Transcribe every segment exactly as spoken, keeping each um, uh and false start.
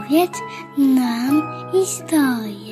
Opowiedz nam historię.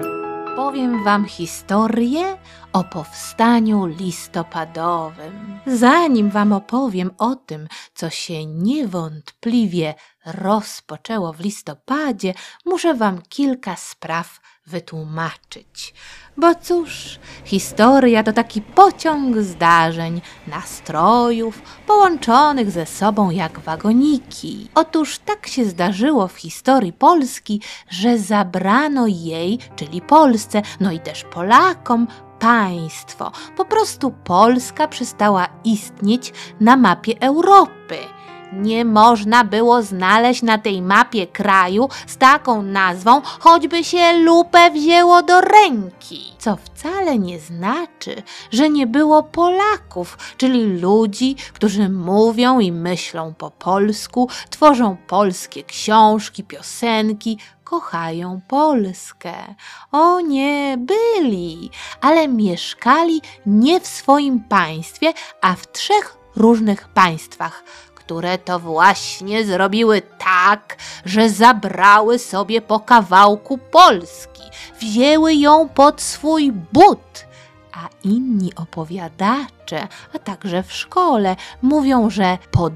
Powiem wam historię o powstaniu listopadowym. Zanim wam opowiem o tym, co się niewątpliwie rozpoczęło w listopadzie, muszę wam kilka spraw wytłumaczyć. Bo cóż, historia to taki pociąg zdarzeń, nastrojów, połączonych ze sobą jak wagoniki. Otóż tak się zdarzyło w historii Polski, że zabrano jej, czyli Polsce, no i też Polakom, państwo. Po prostu Polska przestała istnieć na mapie Europy. Nie można było znaleźć na tej mapie kraju z taką nazwą, choćby się lupę wzięło do ręki. Co wcale nie znaczy, że nie było Polaków, czyli ludzi, którzy mówią i myślą po polsku, tworzą polskie książki, piosenki, kochają Polskę. O nie, byli, ale mieszkali nie w swoim państwie, a w trzech różnych państwach, które to właśnie zrobiły tak, że zabrały sobie po kawałku Polski, wzięły ją pod swój but, a inni opowiadacze, a także w szkole mówią, że pod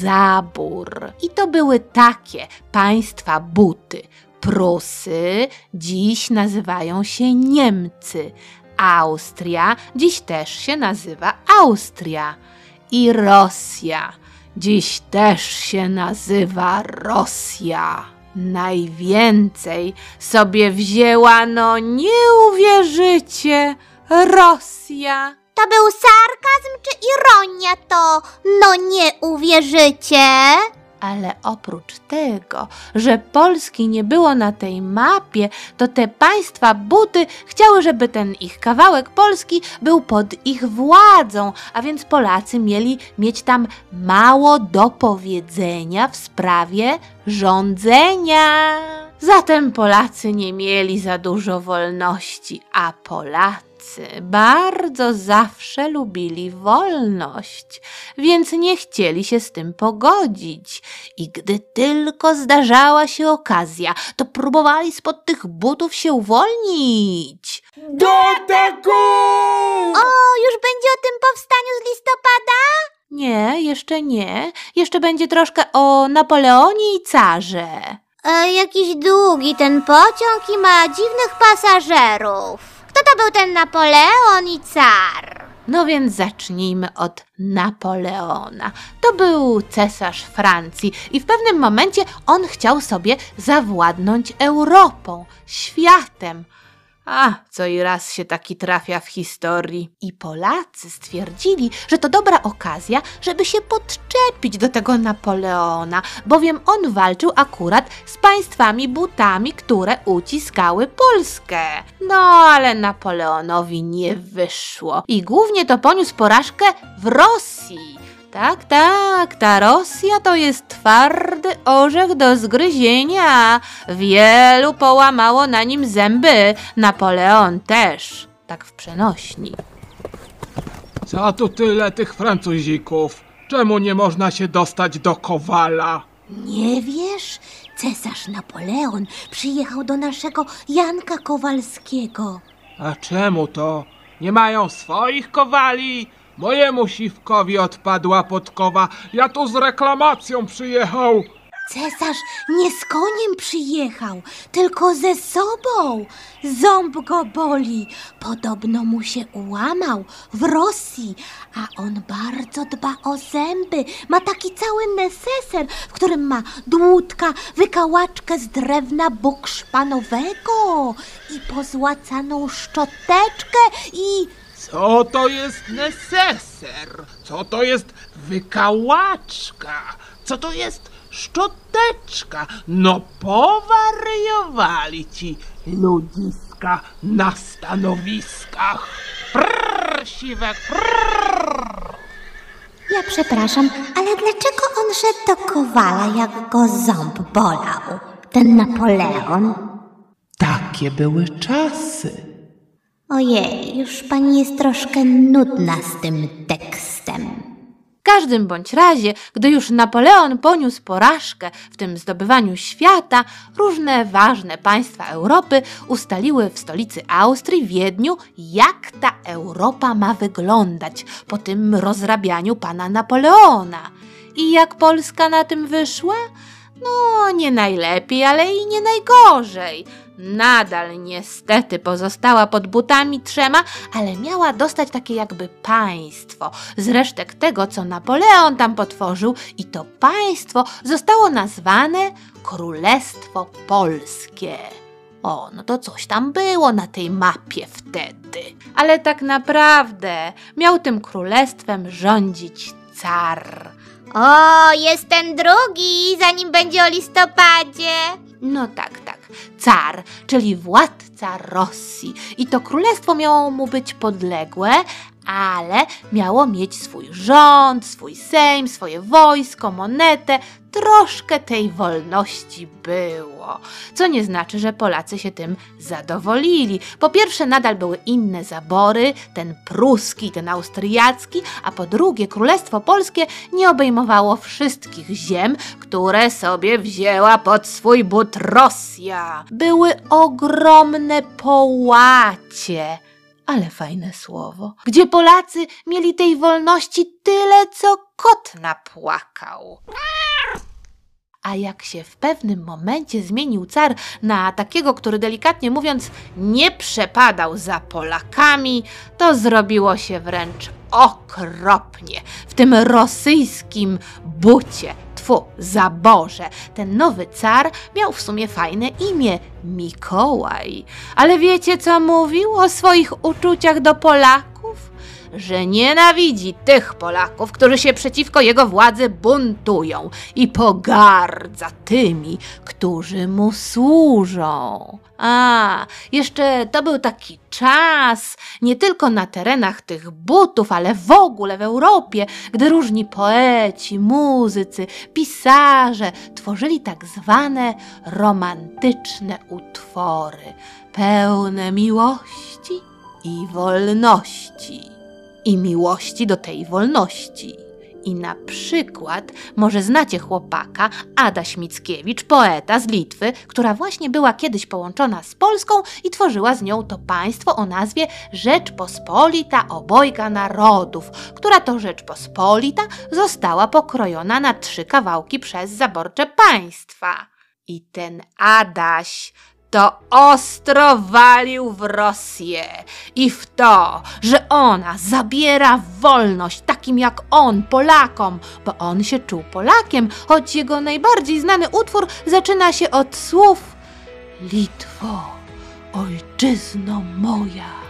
zabór. I to były takie państwa buty. Prusy dziś nazywają się Niemcy, Austria dziś też się nazywa Austria i Rosja dziś też się nazywa Rosja. Najwięcej sobie wzięła, no nie uwierzycie, Rosja. To był sarkazm czy ironia to? No nie uwierzycie? Ale oprócz tego, że Polski nie było na tej mapie, to te państwa buty chciały, żeby ten ich kawałek Polski był pod ich władzą, a więc Polacy mieli mieć tam mało do powiedzenia w sprawie rządzenia. Zatem Polacy nie mieli za dużo wolności, a Polacy bardzo zawsze lubili wolność, więc nie chcieli się z tym pogodzić. I gdy tylko zdarzała się okazja, to próbowali spod tych butów się uwolnić. Do ataku! O, już będzie o tym powstaniu z listopada? Nie, jeszcze nie. Jeszcze będzie troszkę o Napoleonie i carze. E, jakiś długi ten pociąg i ma dziwnych pasażerów. Kto to był ten Napoleon i car? No więc zacznijmy od Napoleona. To był cesarz Francji i w pewnym momencie on chciał sobie zawładnąć Europą, światem. A, co i raz się taki trafia w historii. I Polacy stwierdzili, że to dobra okazja, żeby się podczepić do tego Napoleona, bowiem on walczył akurat z państwami butami, które uciskały Polskę. No, ale Napoleonowi nie wyszło i głównie to poniósł porażkę w Rosji. Tak, tak, ta Rosja to jest twardy orzech do zgryzienia. Wielu połamało na nim zęby. Napoleon też, tak w przenośni. Co tu tyle tych Francuzików? Czemu nie można się dostać do Kowala? Nie wiesz? Cesarz Napoleon przyjechał do naszego Janka Kowalskiego. A czemu to? Nie mają swoich kowali? Mojemu siwkowi odpadła podkowa. Ja tu z reklamacją przyjechał. Cesarz nie z koniem przyjechał, tylko ze sobą. Ząb go boli. Podobno mu się ułamał w Rosji, a on bardzo dba o zęby. Ma taki cały neseser, w którym ma dłutka, wykałaczkę z drewna bukszpanowego i pozłacaną szczoteczkę i... Co to jest neseser? Co to jest wykałaczka? Co to jest szczoteczka? No powariowali ci ludziska na stanowiskach. Prrr, siwek, prrr. Ja przepraszam, ale dlaczego on szedł do Kowala, jak go ząb bolał? Ten Napoleon? Takie były czasy. Ojej, już pani jest troszkę nudna z tym tekstem. W każdym bądź razie, gdy już Napoleon poniósł porażkę w tym zdobywaniu świata, różne ważne państwa Europy ustaliły w stolicy Austrii, Wiedniu, jak ta Europa ma wyglądać po tym rozrabianiu pana Napoleona. I jak Polska na tym wyszła? No, nie najlepiej, ale i nie najgorzej. Nadal niestety pozostała pod butami trzema, ale miała dostać takie jakby państwo z resztek tego, co Napoleon tam potworzył, i to państwo zostało nazwane Królestwo Polskie. O, no to coś tam było na tej mapie wtedy. Ale tak naprawdę miał tym królestwem rządzić car. O, jest ten drugi, zanim będzie o listopadzie. No tak, tak. Car, czyli władca Rosji. I to królestwo miało mu być podległe, ale miało mieć swój rząd, swój sejm, swoje wojsko, monetę. Troszkę tej wolności było, co nie znaczy, że Polacy się tym zadowolili. Po pierwsze, nadal były inne zabory, ten pruski, ten austriacki, a po drugie, Królestwo Polskie nie obejmowało wszystkich ziem, które sobie wzięła pod swój but Rosja. Były ogromne połacie. Ale fajne słowo. Gdzie Polacy mieli tej wolności tyle, co kot napłakał. A jak się w pewnym momencie zmienił car na takiego, który delikatnie mówiąc nie przepadał za Polakami, to zrobiło się wręcz okropnie w tym rosyjskim bucie. Tfu, zaborze. Ten nowy car miał w sumie fajne imię, Mikołaj. Ale wiecie, co mówił o swoich uczuciach do Polaków? Że nienawidzi tych Polaków, którzy się przeciwko jego władzy buntują, i pogardza tymi, którzy mu służą. A, jeszcze to był taki czas, nie tylko na terenach tych butów, ale w ogóle w Europie, gdy różni poeci, muzycy, pisarze tworzyli tak zwane romantyczne utwory, pełne miłości i wolności. I miłości do tej wolności. I na przykład może znacie chłopaka Adaś Mickiewicz, poeta z Litwy, która właśnie była kiedyś połączona z Polską i tworzyła z nią to państwo o nazwie Rzeczpospolita Obojga Narodów, która to Rzeczpospolita została pokrojona na trzy kawałki przez zaborcze państwa. I ten Adaś to ostro walił w Rosję i w to, że ona zabiera wolność takim jak on, Polakom, bo on się czuł Polakiem, choć jego najbardziej znany utwór zaczyna się od słów: Litwo, ojczyzno moja.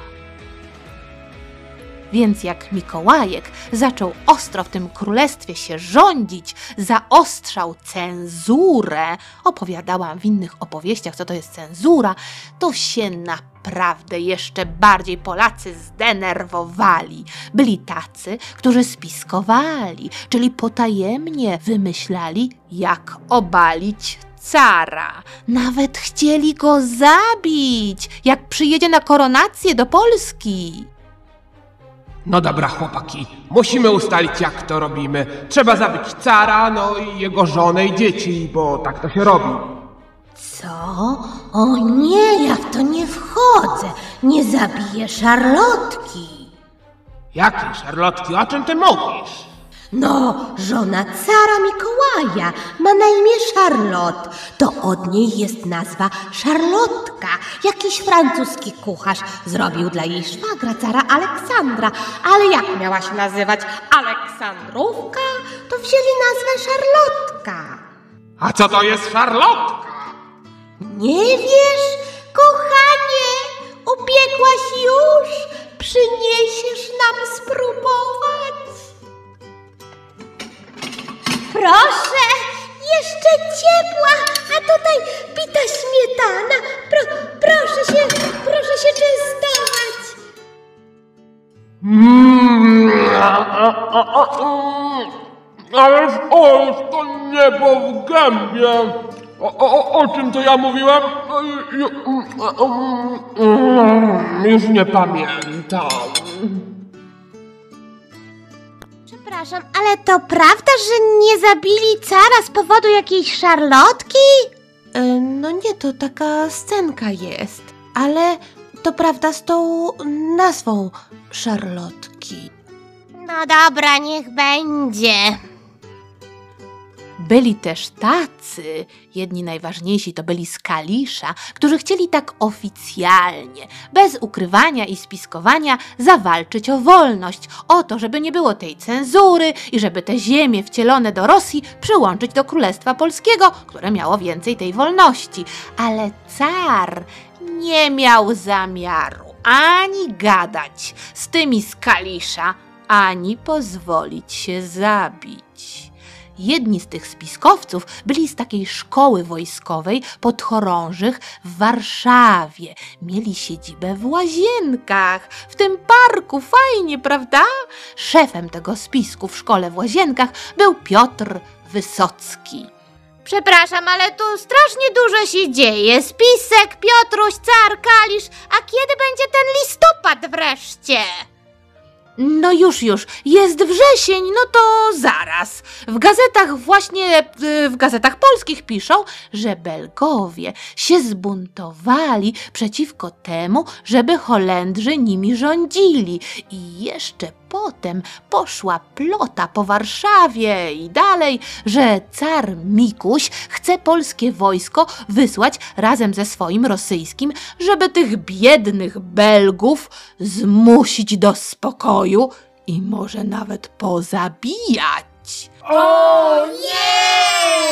Więc jak Mikołajek zaczął ostro w tym królestwie się rządzić, zaostrzał cenzurę, opowiadałam w innych opowieściach, co to jest cenzura, to się naprawdę jeszcze bardziej Polacy zdenerwowali. Byli tacy, którzy spiskowali, czyli potajemnie wymyślali, jak obalić cara. Nawet chcieli go zabić, jak przyjedzie na koronację do Polski. No dobra, chłopaki, musimy ustalić, jak to robimy. Trzeba zabić cara, no i jego żonę i dzieci, bo tak to się robi. Co? O nie, ja w to nie wchodzę. Nie zabiję Szarlotki. Jakiej Szarlotki? O czym ty mówisz? No, żona cara Mikołaja ma na imię Charlotte. To od niej jest nazwa Szarlotka. Jakiś francuski kucharz zrobił dla jej szwagra, cara Aleksandra. Ale jak miała się nazywać Aleksandrówka, to wzięli nazwę Szarlotka. A co to jest Szarlotka? Nie wiesz? Kochanie, upiekłaś już? Przyniesiesz nam spróbować? Proszę, jeszcze ciepła, a tutaj bita śmietana. Pro, proszę się, proszę się częstować. Mm, ależ ależ to niebo w gębie. O, o, o czym to ja mówiłem? Już nie pamiętam. Przepraszam, ale to prawda, że nie zabili cara z powodu jakiejś szarlotki? E, no nie, to taka scenka jest. Ale to prawda z tą nazwą szarlotki. No dobra, niech będzie. Byli też tacy, jedni najważniejsi to byli z Kalisza, którzy chcieli tak oficjalnie, bez ukrywania i spiskowania, zawalczyć o wolność, o to, żeby nie było tej cenzury i żeby te ziemie wcielone do Rosji przyłączyć do Królestwa Polskiego, które miało więcej tej wolności. Ale car nie miał zamiaru ani gadać z tymi z Kalisza, ani pozwolić się zabić. Jedni z tych spiskowców byli z takiej szkoły wojskowej podchorążych w Warszawie. Mieli siedzibę w Łazienkach, w tym parku. Fajnie, prawda? Szefem tego spisku w szkole w Łazienkach był Piotr Wysocki. Przepraszam, ale tu strasznie dużo się dzieje. Spisek, Piotruś, car, Kalisz. A kiedy będzie ten listopad wreszcie? No już, już, jest wrzesień, no to zaraz. W gazetach właśnie, w gazetach polskich piszą, że Belgowie się zbuntowali przeciwko temu, żeby Holendrzy nimi rządzili. I jeszcze potem poszła plota po Warszawie i dalej, że car Mikuś chce polskie wojsko wysłać razem ze swoim rosyjskim, żeby tych biednych Belgów zmusić do spokoju i może nawet pozabijać. O nie!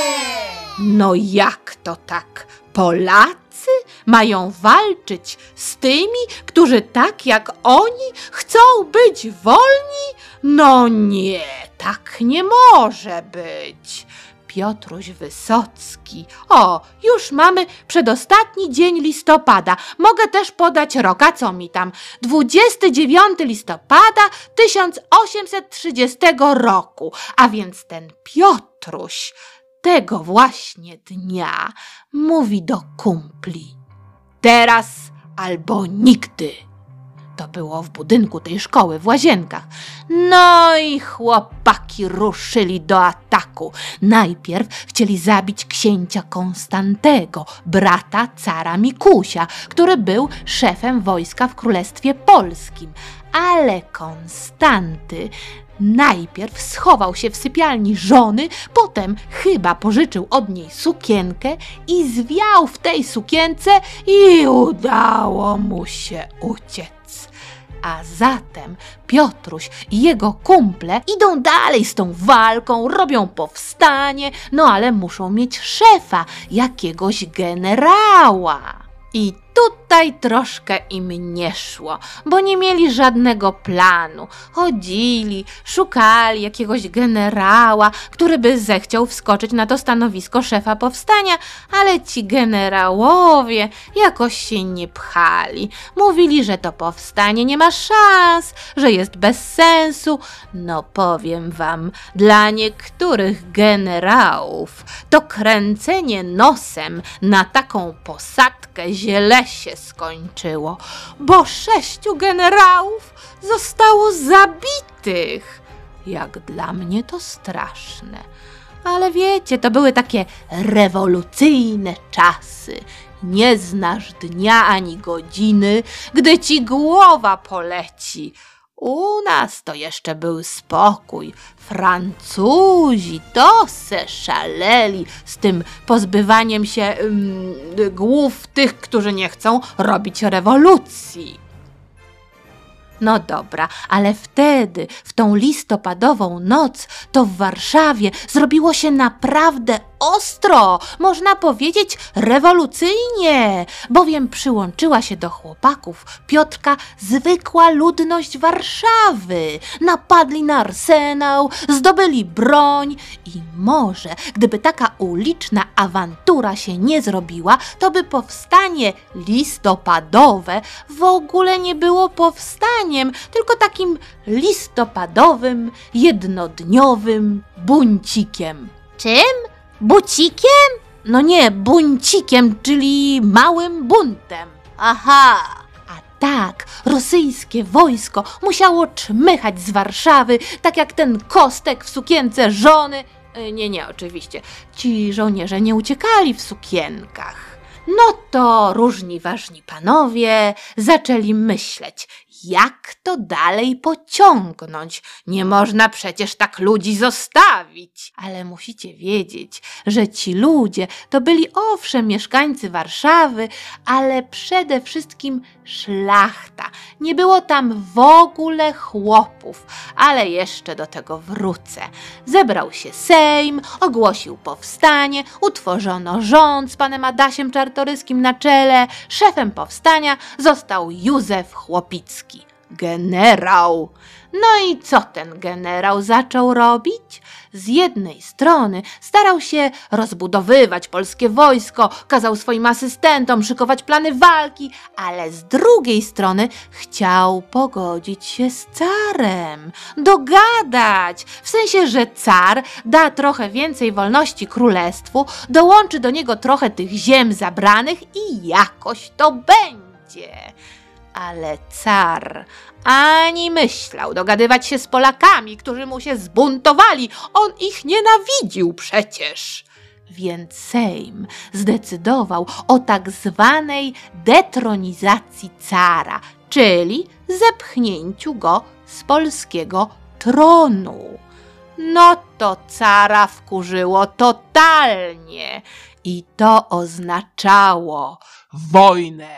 No jak to tak? Polacy mają walczyć z tymi, którzy tak jak oni chcą być wolni? No nie, tak nie może być. Piotruś Wysocki. O, już mamy przedostatni dzień listopada. Mogę też podać rok, a co mi tam? dwudziestego dziewiątego listopada tysiąc osiemset trzydziestego roku. A więc ten Piotruś tego właśnie dnia mówi do kumpli: teraz albo nigdy. To było w budynku tej szkoły w Łazienkach. No i chłopaki ruszyli do ataku. Najpierw chcieli zabić księcia Konstantego, brata cara Mikusia, który był szefem wojska w Królestwie Polskim. Ale Konstanty najpierw schował się w sypialni żony, potem chyba pożyczył od niej sukienkę i zwiał w tej sukience i udało mu się uciec. A zatem Piotruś i jego kumple idą dalej z tą walką, robią powstanie, no ale muszą mieć szefa, jakiegoś generała. I tutaj troszkę im nie szło, bo nie mieli żadnego planu. Chodzili, szukali jakiegoś generała, który by zechciał wskoczyć na to stanowisko szefa powstania, ale ci generałowie jakoś się nie pchali. Mówili, że to powstanie nie ma szans, że jest bez sensu. No powiem wam, dla niektórych generałów to kręcenie nosem na taką posadkę źle się skończyło, bo sześciu generałów zostało zabitych. Jak dla mnie to straszne. Ale wiecie, to były takie rewolucyjne czasy. Nie znasz dnia ani godziny, gdy ci głowa poleci. U nas to jeszcze był spokój. Francuzi to se szaleli z tym pozbywaniem się ym, głów tych, którzy nie chcą robić rewolucji. No dobra, ale wtedy, w tą listopadową noc, to w Warszawie zrobiło się naprawdę ostro, można powiedzieć rewolucyjnie, bowiem przyłączyła się do chłopaków Piotrka zwykła ludność Warszawy. Napadli na arsenał, zdobyli broń i może, gdyby taka uliczna awantura się nie zrobiła, to by powstanie listopadowe w ogóle nie było powstaniem, tylko takim listopadowym, jednodniowym buncikiem. Czym? Bucikiem? No nie, buncikiem, czyli małym buntem. Aha. A tak rosyjskie wojsko musiało czmychać z Warszawy, tak jak ten Kostek w sukience żony. Nie, nie, oczywiście. Ci żołnierze nie uciekali w sukienkach. No to różni ważni panowie zaczęli myśleć, jak to dalej pociągnąć. Nie można przecież tak ludzi zostawić. Ale musicie wiedzieć, że ci ludzie to byli owszem mieszkańcy Warszawy, ale przede wszystkim szlachta. Nie było tam w ogóle chłopów, ale jeszcze do tego wrócę. Zebrał się Sejm, ogłosił powstanie, utworzono rząd z panem Adasiem Czartoryskim na czele. Szefem powstania został Józef Chłopicki. Generał. No i co ten generał zaczął robić? Z jednej strony starał się rozbudowywać polskie wojsko, kazał swoim asystentom szykować plany walki, ale z drugiej strony chciał pogodzić się z carem, dogadać, w sensie, że car da trochę więcej wolności królestwu, dołączy do niego trochę tych ziem zabranych i jakoś to będzie. Ale car ani myślał dogadywać się z Polakami, którzy mu się zbuntowali. On ich nienawidził przecież. Więc Sejm zdecydował o tak zwanej detronizacji cara, czyli zepchnięciu go z polskiego tronu. No to cara wkurzyło totalnie i to oznaczało Wojnę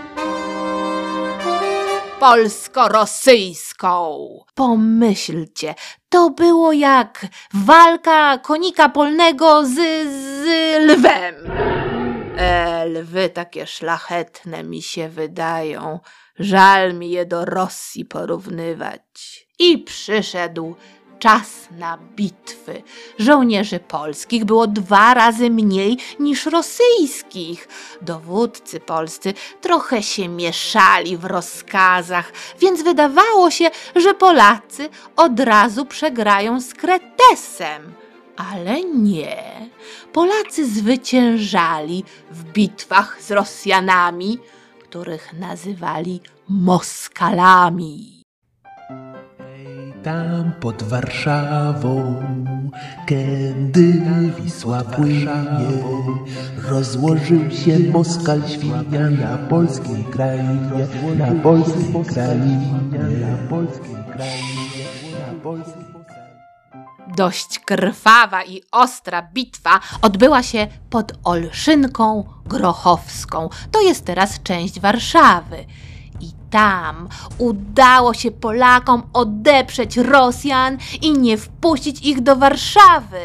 polsko-rosyjską. Pomyślcie, to było jak walka konika polnego z, z lwem. E, lwy takie szlachetne mi się wydają. Żal mi je do Rosji porównywać. I przyszedł czas na bitwy. Żołnierzy polskich było dwa razy mniej niż rosyjskich. Dowódcy polscy trochę się mieszali w rozkazach, więc wydawało się, że Polacy od razu przegrają z Kretesem. Ale nie. Polacy zwyciężali w bitwach z Rosjanami, których nazywali Moskalami. Tam pod Warszawą, kiedy Wisła płynie, rozłożył się Moskal świnia na polskiej krainie, na polskiej krainie, na polskiej krainie, na polskiej krainie. Dość krwawa i ostra bitwa odbyła się pod Olszynką Grochowską. To jest teraz część Warszawy. I tam udało się Polakom odeprzeć Rosjan i nie wpuścić ich do Warszawy.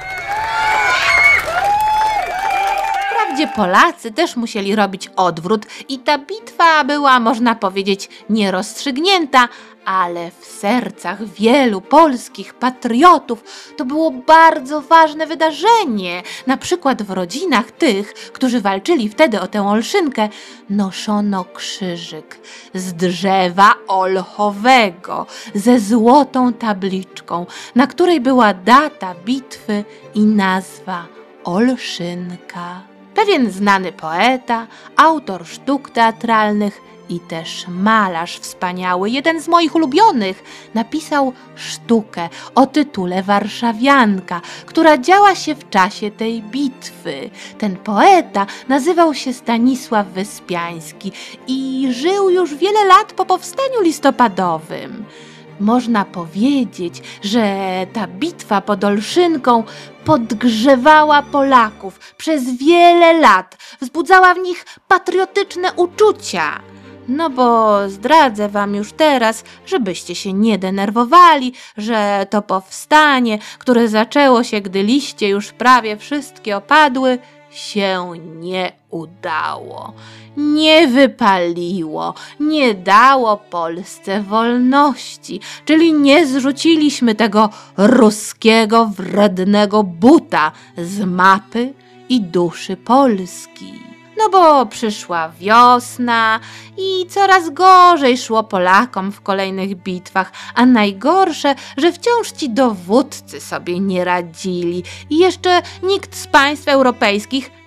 Wprawdzie Polacy też musieli robić odwrót i ta bitwa była, można powiedzieć, nierozstrzygnięta, ale w sercach wielu polskich patriotów to było bardzo ważne wydarzenie. Na przykład w rodzinach tych, którzy walczyli wtedy o tę Olszynkę, noszono krzyżyk z drzewa olchowego ze złotą tabliczką, na której była data bitwy i nazwa Olszynka. Pewien znany poeta, autor sztuk teatralnych i też malarz wspaniały, jeden z moich ulubionych, napisał sztukę o tytule Warszawianka, która działa się w czasie tej bitwy. Ten poeta nazywał się Stanisław Wyspiański i żył już wiele lat po powstaniu listopadowym. Można powiedzieć, że ta bitwa pod Olszynką podgrzewała Polaków przez wiele lat, wzbudzała w nich patriotyczne uczucia. No bo zdradzę wam już teraz, żebyście się nie denerwowali, że to powstanie, które zaczęło się, gdy liście już prawie wszystkie opadły, się nie udało. Nie wypaliło, nie dało Polsce wolności, czyli nie zrzuciliśmy tego ruskiego, wrednego buta z mapy i duszy Polski. No bo przyszła wiosna i coraz gorzej szło Polakom w kolejnych bitwach, a najgorsze, że wciąż ci dowódcy sobie nie radzili i jeszcze nikt z państw europejskich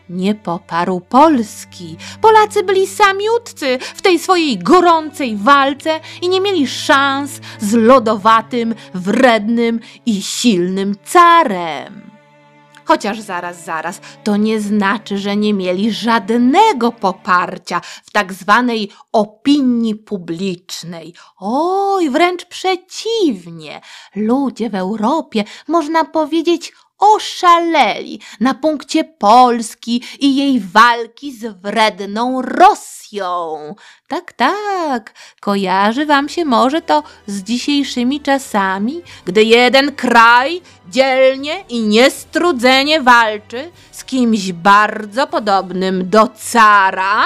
nie poparł Polski. Polacy byli samiutcy w tej swojej gorącej walce i nie mieli szans z lodowatym, wrednym i silnym carem. Chociaż zaraz, zaraz, to nie znaczy, że nie mieli żadnego poparcia w tak zwanej opinii publicznej. Oj, wręcz przeciwnie. Ludzie w Europie, można powiedzieć, oszaleli na punkcie Polski i jej walki z wredną Rosją. Tak, tak, kojarzy wam się może to z dzisiejszymi czasami, gdy jeden kraj dzielnie i niestrudzenie walczy z kimś bardzo podobnym do cara.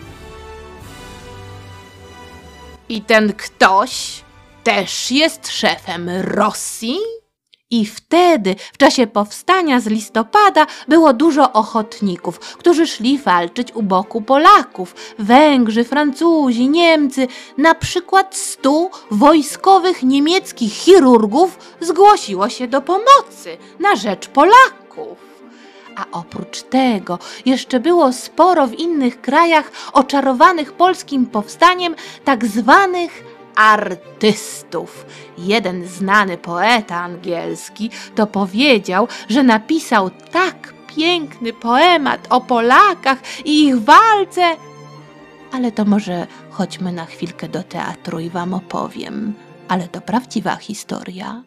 I ten ktoś też jest szefem Rosji? I wtedy, w czasie powstania z listopada, było dużo ochotników, którzy szli walczyć u boku Polaków. Węgrzy, Francuzi, Niemcy, na przykład stu wojskowych niemieckich chirurgów zgłosiło się do pomocy na rzecz Polaków. A oprócz tego jeszcze było sporo w innych krajach oczarowanych polskim powstaniem tak zwanych artystów. Jeden znany poeta angielski to powiedział, że napisał tak piękny poemat o Polakach i ich walce. Ale to może chodźmy na chwilkę do teatru i wam opowiem. Ale to prawdziwa historia.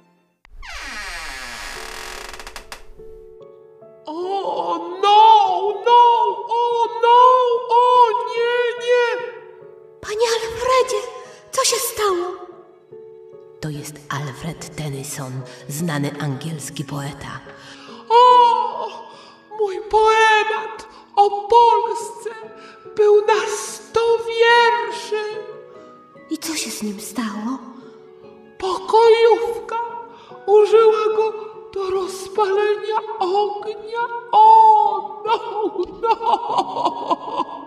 O, no, no, o, no, o, nie, nie. Panie Alfredzie, co się stało? To jest Alfred Tennyson, znany angielski poeta. O, mój poemat o Polsce był na sto wierszy. I co się z nim stało? Pokojówka użyła go do rozpalenia ognia. O, no, no.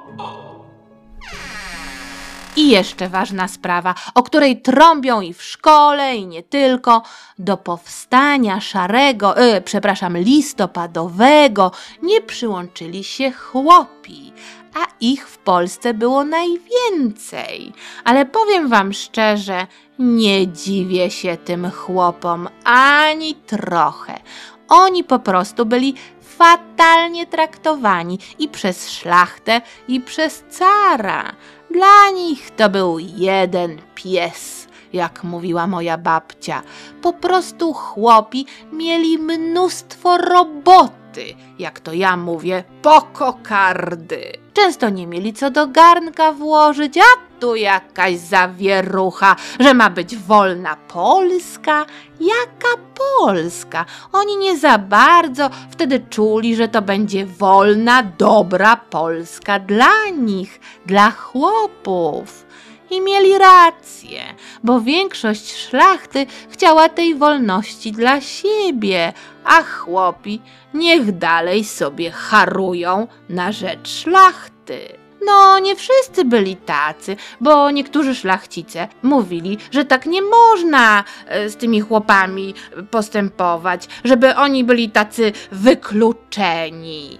I jeszcze ważna sprawa, o której trąbią i w szkole, i nie tylko. Do powstania szarego, yy, przepraszam, listopadowego nie przyłączyli się chłopi, a ich w Polsce było najwięcej. Ale powiem wam szczerze, nie dziwię się tym chłopom ani trochę. Oni po prostu byli fatalnie traktowani i przez szlachtę, i przez cara. Dla nich to był jeden pies, jak mówiła moja babcia. Po prostu chłopi mieli mnóstwo roboty, jak to ja mówię, po kokardy. Często nie mieli co do garnka włożyć, a tu jakaś zawierucha, że ma być wolna Polska. Jaka Polska? Oni nie za bardzo wtedy czuli, że to będzie wolna, dobra Polska dla nich, dla chłopów. I mieli rację, bo większość szlachty chciała tej wolności dla siebie, a chłopi niech dalej sobie harują na rzecz szlachty. No, nie wszyscy byli tacy, bo niektórzy szlachcice mówili, że tak nie można z tymi chłopami postępować, żeby oni byli tacy wykluczeni.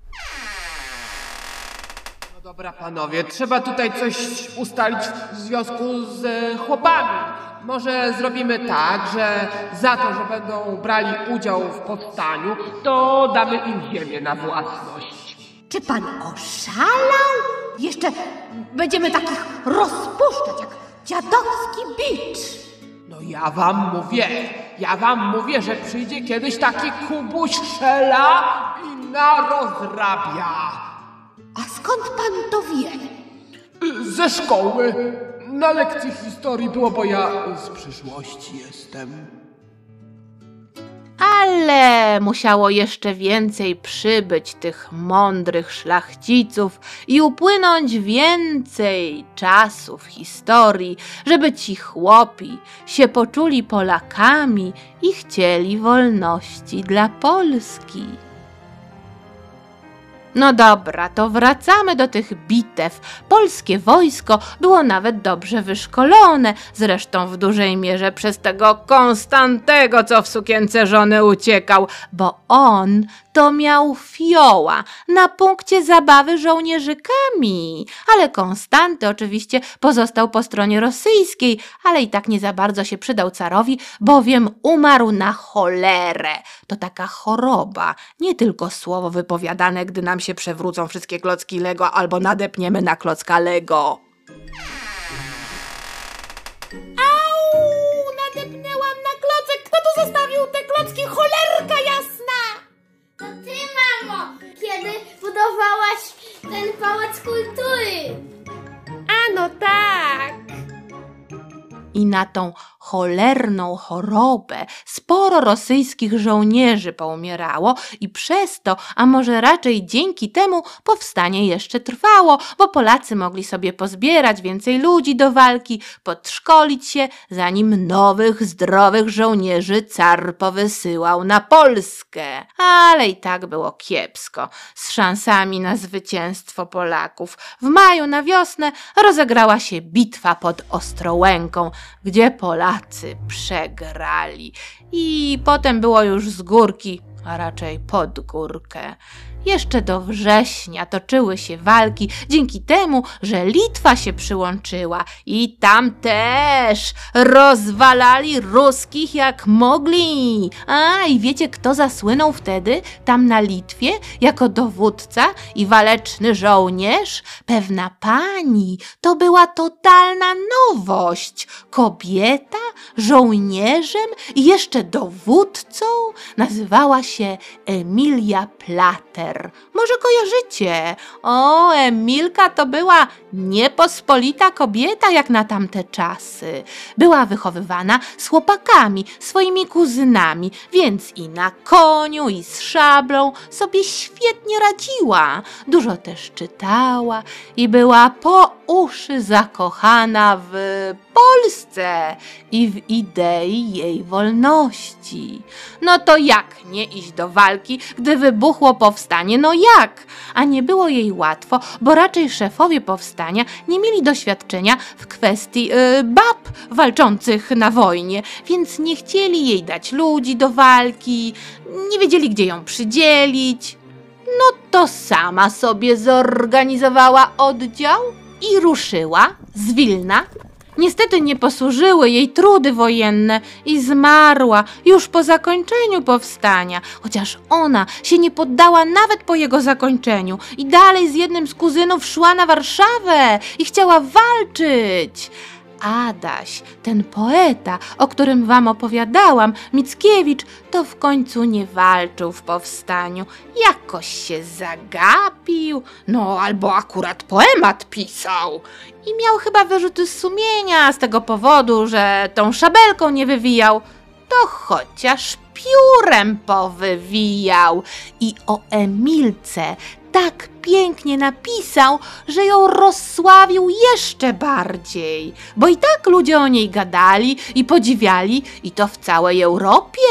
Dobra, panowie, trzeba tutaj coś ustalić w związku z chłopami. Może zrobimy tak, że za to, że będą brali udział w powstaniu, to damy im ziemię na własność. Czy pan oszalał? Jeszcze będziemy takich rozpuszczać jak dziadowski bicz. No ja wam mówię, ja wam mówię, że przyjdzie kiedyś taki Kubuś Szela i narozrabia. A skąd pan to wie? Ze szkoły. Na lekcji historii było, bo ja z przyszłości jestem. Ale musiało jeszcze więcej przybyć tych mądrych szlachciców i upłynąć więcej czasu w historii, żeby ci chłopi się poczuli Polakami i chcieli wolności dla Polski. No dobra, to wracamy do tych bitew. Polskie wojsko było nawet dobrze wyszkolone, zresztą w dużej mierze przez tego Konstantego, co w sukience żony uciekał, bo on to miał fioła na punkcie zabawy żołnierzykami. Ale Konstanty oczywiście pozostał po stronie rosyjskiej, ale i tak nie za bardzo się przydał carowi, bowiem umarł na cholerę. To taka choroba, nie tylko słowo wypowiadane, gdy nam się przewrócą wszystkie klocki Lego albo nadepniemy na klocka Lego. Au! Nadepnęłam na klocek! Kto tu zostawił te klocki? Cholerka jasna! To ty, mamo, kiedy budowałaś ten pałac kultury. A no tak! I na tą cholerną chorobę sporo rosyjskich żołnierzy poumierało i przez to, a może raczej dzięki temu, powstanie jeszcze trwało, bo Polacy mogli sobie pozbierać więcej ludzi do walki, podszkolić się, zanim nowych, zdrowych żołnierzy car powysyłał na Polskę. Ale i tak było kiepsko z szansami na zwycięstwo Polaków. W maju na wiosnę rozegrała się bitwa pod Ostrołęką, gdzie Polacy przegrali i potem było już z górki, a raczej pod górkę. Jeszcze do września toczyły się walki dzięki temu, że Litwa się przyłączyła i tam też rozwalali ruskich jak mogli. A i wiecie, kto zasłynął wtedy tam na Litwie jako dowódca i waleczny żołnierz? Pewna pani. To była totalna nowość. Kobieta żołnierzem i jeszcze dowódcą nazywała się Emilia Plater. Może kojarzycie? O, Emilka to była niepospolita kobieta jak na tamte czasy. Była wychowywana z chłopakami, swoimi kuzynami, więc i na koniu, i z szablą sobie świetnie radziła. Dużo też czytała i była po uszy zakochana w Polsce i w idei jej wolności. No to jak nie iść do walki, gdy wybuchło powstanie? No jak? A nie było jej łatwo, bo raczej szefowie powstania nie mieli doświadczenia w kwestii yy, bab walczących na wojnie, więc nie chcieli jej dać ludzi do walki, nie wiedzieli, gdzie ją przydzielić. No to sama sobie zorganizowała oddział i ruszyła z Wilna. Niestety nie posłużyły jej trudy wojenne i zmarła już po zakończeniu powstania, chociaż ona się nie poddała nawet po jego zakończeniu i dalej z jednym z kuzynów szła na Warszawę i chciała walczyć. Adaś, ten poeta, o którym wam opowiadałam, Mickiewicz, to w końcu nie walczył w powstaniu. Jakoś się zagapił, no albo akurat poemat pisał. I miał chyba wyrzuty sumienia z tego powodu, że tą szabelką nie wywijał. To chociaż piórem powywijał. I o Emilce tak pięknie napisał, że ją rozsławił jeszcze bardziej, bo i tak ludzie o niej gadali i podziwiali, i to w całej Europie.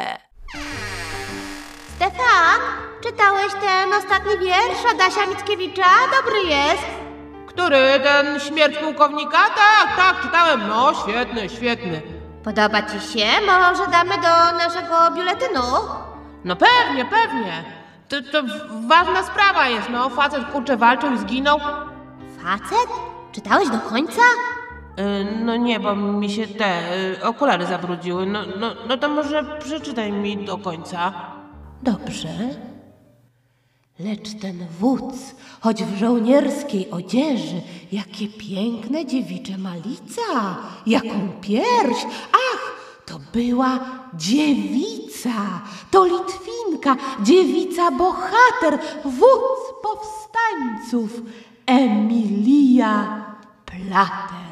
Stefan, czytałeś ten ostatni wiersz Adasia Mickiewicza? Dobry jest. Który? Ten śmierć pułkownika? Tak, tak, czytałem. No, świetny, świetny. Podoba ci się? Może damy do naszego biuletynu? No pewnie, pewnie. To, to ważna sprawa jest, no. Facet, kurczę, walczył i zginął. Facet? Czytałeś do końca? Yy, no nie, bo mi się te yy, okulary zabrudziły. No, no, no to może przeczytaj mi do końca. Dobrze. Lecz ten wódz, choć w żołnierskiej odzieży, jakie piękne dziewicze malica, jaką pierś, ach, to była dziewica, to Litwinka, dziewica bohater, wódz powstańców, Emilia Plater.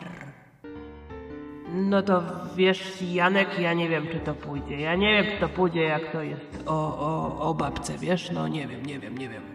No to wiesz, Janek, ja nie wiem, czy to pójdzie. Ja nie wiem, czy to pójdzie, jak to jest o, o, o babce, wiesz? No nie wiem, nie wiem, nie wiem.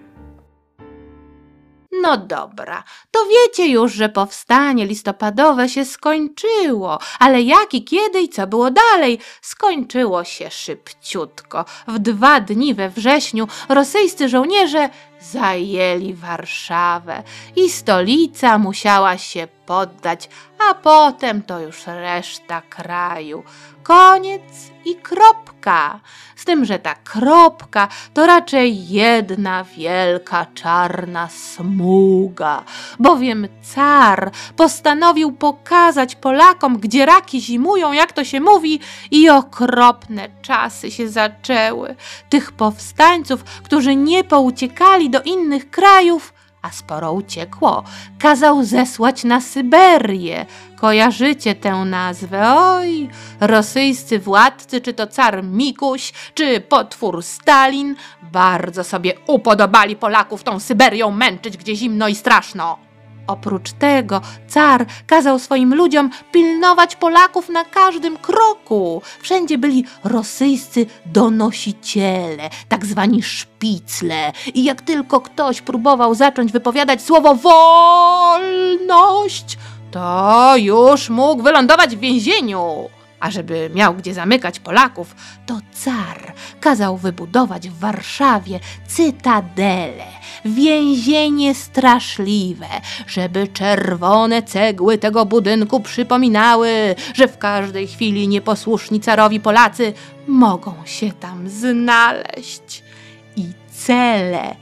No dobra, to wiecie już, że powstanie listopadowe się skończyło, ale jak i kiedy i co było dalej? Skończyło się szybciutko. W dwa dni we wrześniu rosyjscy żołnierze zajęli Warszawę i stolica musiała się poddać, a potem to już reszta kraju. Koniec i kropka. Z tym, że ta kropka to raczej jedna wielka czarna smuga, bowiem car postanowił pokazać Polakom, gdzie raki zimują, jak to się mówi, i okropne czasy się zaczęły. Tych powstańców, którzy nie pouciekali do innych krajów, a sporo uciekło, kazał zesłać na Syberię. Kojarzycie tę nazwę? Oj, rosyjscy władcy, czy to car Mikuś, czy potwór Stalin, bardzo sobie upodobali Polaków tą Syberią męczyć, gdzie zimno i straszno. Oprócz tego car kazał swoim ludziom pilnować Polaków na każdym kroku. Wszędzie byli rosyjscy donosiciele, tak zwani szpicle. I jak tylko ktoś próbował zacząć wypowiadać słowo wolność, to już mógł wylądować w więzieniu. A żeby miał gdzie zamykać Polaków, to car kazał wybudować w Warszawie cytadelę, więzienie straszliwe, żeby czerwone cegły tego budynku przypominały, że w każdej chwili nieposłuszni carowi Polacy mogą się tam znaleźć. I cele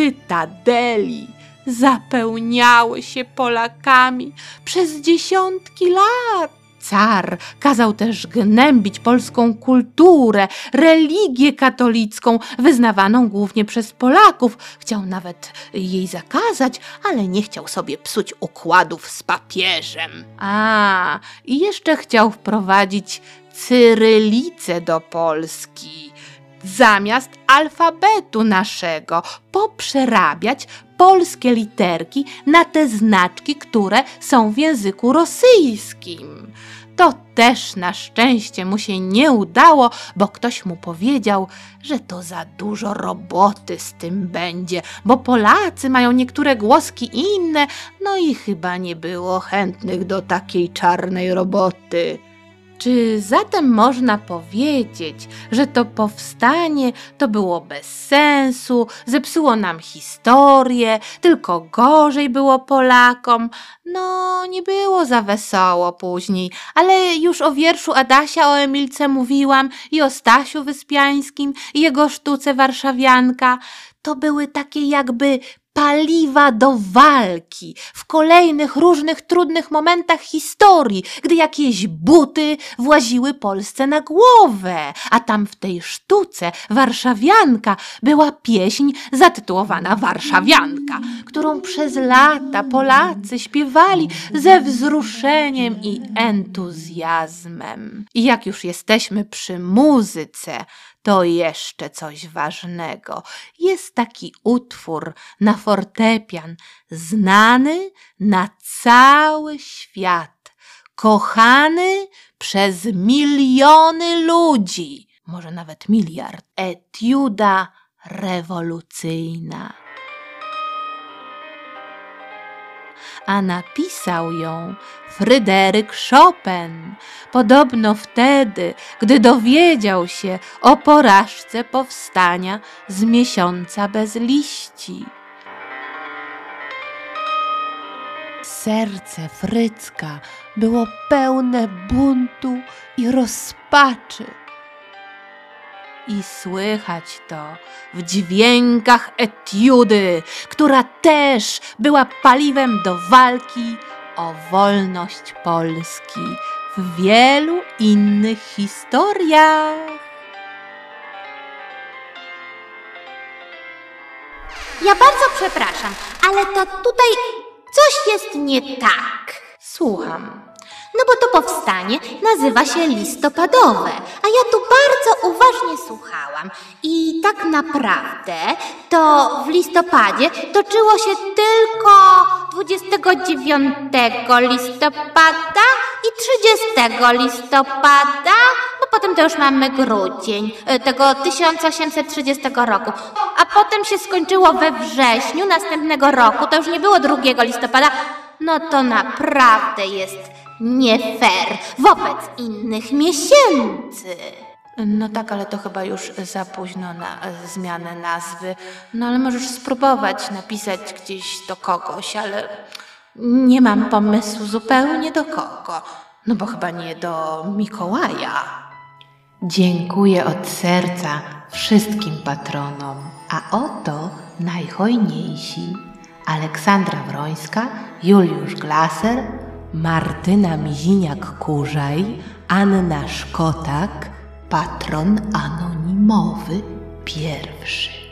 cytadeli zapełniały się Polakami przez dziesiątki lat. Car kazał też gnębić polską kulturę, religię katolicką, wyznawaną głównie przez Polaków. Chciał nawet jej zakazać, ale nie chciał sobie psuć układów z papieżem. A, i jeszcze chciał wprowadzić cyrylicę do Polski. Zamiast alfabetu naszego poprzerabiać polskie literki na te znaczki, które są w języku rosyjskim. To też na szczęście mu się nie udało, bo ktoś mu powiedział, że to za dużo roboty z tym będzie, bo Polacy mają niektóre głoski inne, no i chyba nie było chętnych do takiej czarnej roboty. Czy zatem można powiedzieć, że to powstanie to było bez sensu, zepsuło nam historię, tylko gorzej było Polakom? No, nie było za wesoło później, ale już o wierszu Adasia o Emilce mówiłam i o Stasiu Wyspiańskim i jego sztuce Warszawianka. To były takie jakby paliwa do walki w kolejnych różnych trudnych momentach historii, gdy jakieś buty właziły Polsce na głowę, a tam w tej sztuce Warszawianka była pieśń zatytułowana Warszawianka, którą przez lata Polacy śpiewali ze wzruszeniem i entuzjazmem. I jak już jesteśmy przy muzyce, to jeszcze coś ważnego. Jest taki utwór na fortepian, znany na cały świat, kochany przez miliony ludzi, może nawet miliard. Etiuda rewolucyjna. A napisał ją Fryderyk Chopin, podobno wtedy, gdy dowiedział się o porażce powstania z miesiąca bez liści. Serce Frycka było pełne buntu i rozpaczy. I słychać to w dźwiękach etiudy, która też była paliwem do walki o wolność Polski w wielu innych historiach. Ja bardzo przepraszam, ale to tutaj coś jest nie tak. Słucham. No bo to powstanie nazywa się listopadowe, a ja tu bardzo uważnie słuchałam. I tak naprawdę to w listopadzie toczyło się tylko dwudziestego dziewiątego listopada i trzydziestego listopada, bo potem to już mamy grudzień tego tysiąc osiemset trzydziestego roku. A potem się skończyło we wrześniu następnego roku, to już nie było drugiego listopada. No to naprawdę jest nie fair wobec innych miesięcy. No tak, ale to chyba już za późno na e, zmianę nazwy. No ale możesz spróbować napisać gdzieś do kogoś, ale nie mam pomysłu zupełnie do kogo. No bo chyba nie do Mikołaja. Dziękuję od serca wszystkim patronom, a oto najhojniejsi: Aleksandra Wrońska, Juliusz Glaser, Martyna Miziniak-Kurzaj, Anna Szkotak, patron anonimowy pierwszy.